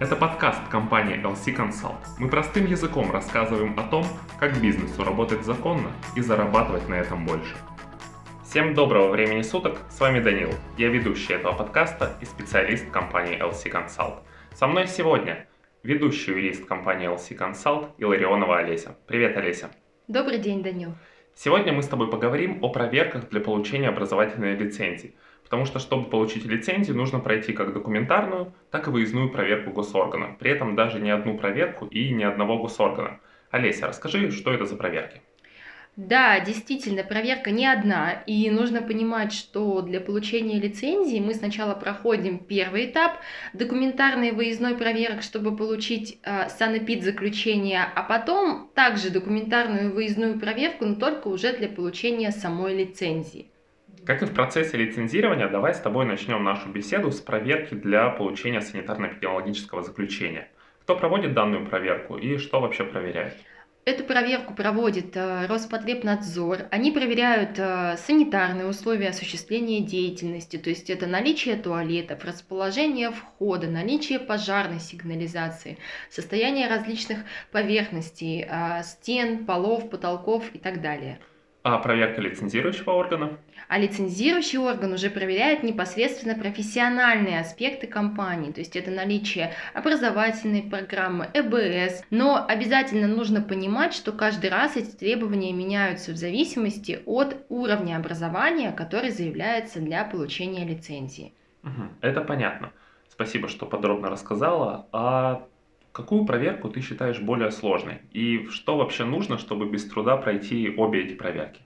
Это подкаст компании LC Consult. Мы простым языком рассказываем о том, как бизнесу работать законно и зарабатывать на этом больше. Всем доброго времени суток, с вами Данил. Я ведущий этого подкаста и специалист компании LC Consult. Со мной сегодня ведущий юрист компании LC Consult Илларионова Олеся. Привет, Олеся. Добрый день, Данил. Сегодня мы с тобой поговорим о проверках для получения образовательной лицензии. Потому что, чтобы получить лицензию, нужно пройти как документарную, так и выездную проверку госоргана. При этом даже не одну проверку и ни одного госоргана. Олеся, расскажи, что это за проверки? Да, действительно, проверка не одна, и нужно понимать, что для получения лицензии мы сначала проходим первый этап документарной выездной проверок, чтобы получить санэпидзаключение, а потом также документарную выездную проверку, но только уже для получения самой лицензии. Как и в процессе лицензирования, давай с тобой начнем нашу беседу с проверки для получения санитарно-эпидемиологического заключения. Кто проводит данную проверку и что вообще проверяет? Эту проверку проводит Роспотребнадзор. Они проверяют санитарные условия осуществления деятельности, то есть это наличие туалетов, расположение входа, наличие пожарной сигнализации, состояние различных поверхностей, стен, полов, потолков и так далее. А проверка лицензирующего органа? А лицензирующий орган уже проверяет непосредственно профессиональные аспекты компании, то есть это наличие образовательной программы, ЭБС. Но обязательно нужно понимать, что каждый раз эти требования меняются в зависимости от уровня образования, который заявляется для получения лицензии. Это понятно. Спасибо, что подробно рассказала. А какую проверку ты считаешь более сложной? И что вообще нужно, чтобы без труда пройти обе эти проверки?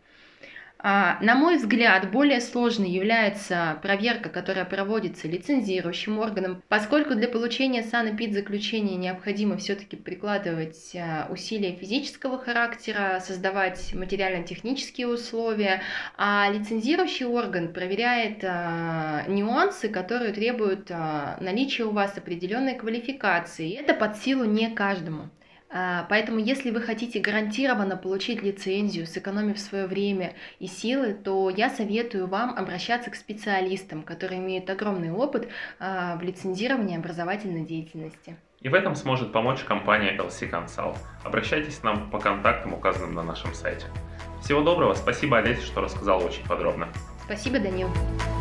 На мой взгляд, более сложной является проверка, которая проводится лицензирующим органом, поскольку для получения санэпидзаключения необходимо все-таки прикладывать усилия физического характера, создавать материально-технические условия, а лицензирующий орган проверяет нюансы, которые требуют наличия у вас определенной квалификации. Это под силу не каждому. Поэтому, если вы хотите гарантированно получить лицензию, сэкономив свое время и силы, то я советую вам обращаться к специалистам, которые имеют огромный опыт в лицензировании образовательной деятельности. И в этом сможет помочь компания LC Consult. Обращайтесь к нам по контактам, указанным на нашем сайте. Всего доброго, спасибо, Олеся, что рассказала очень подробно. Спасибо, Данил.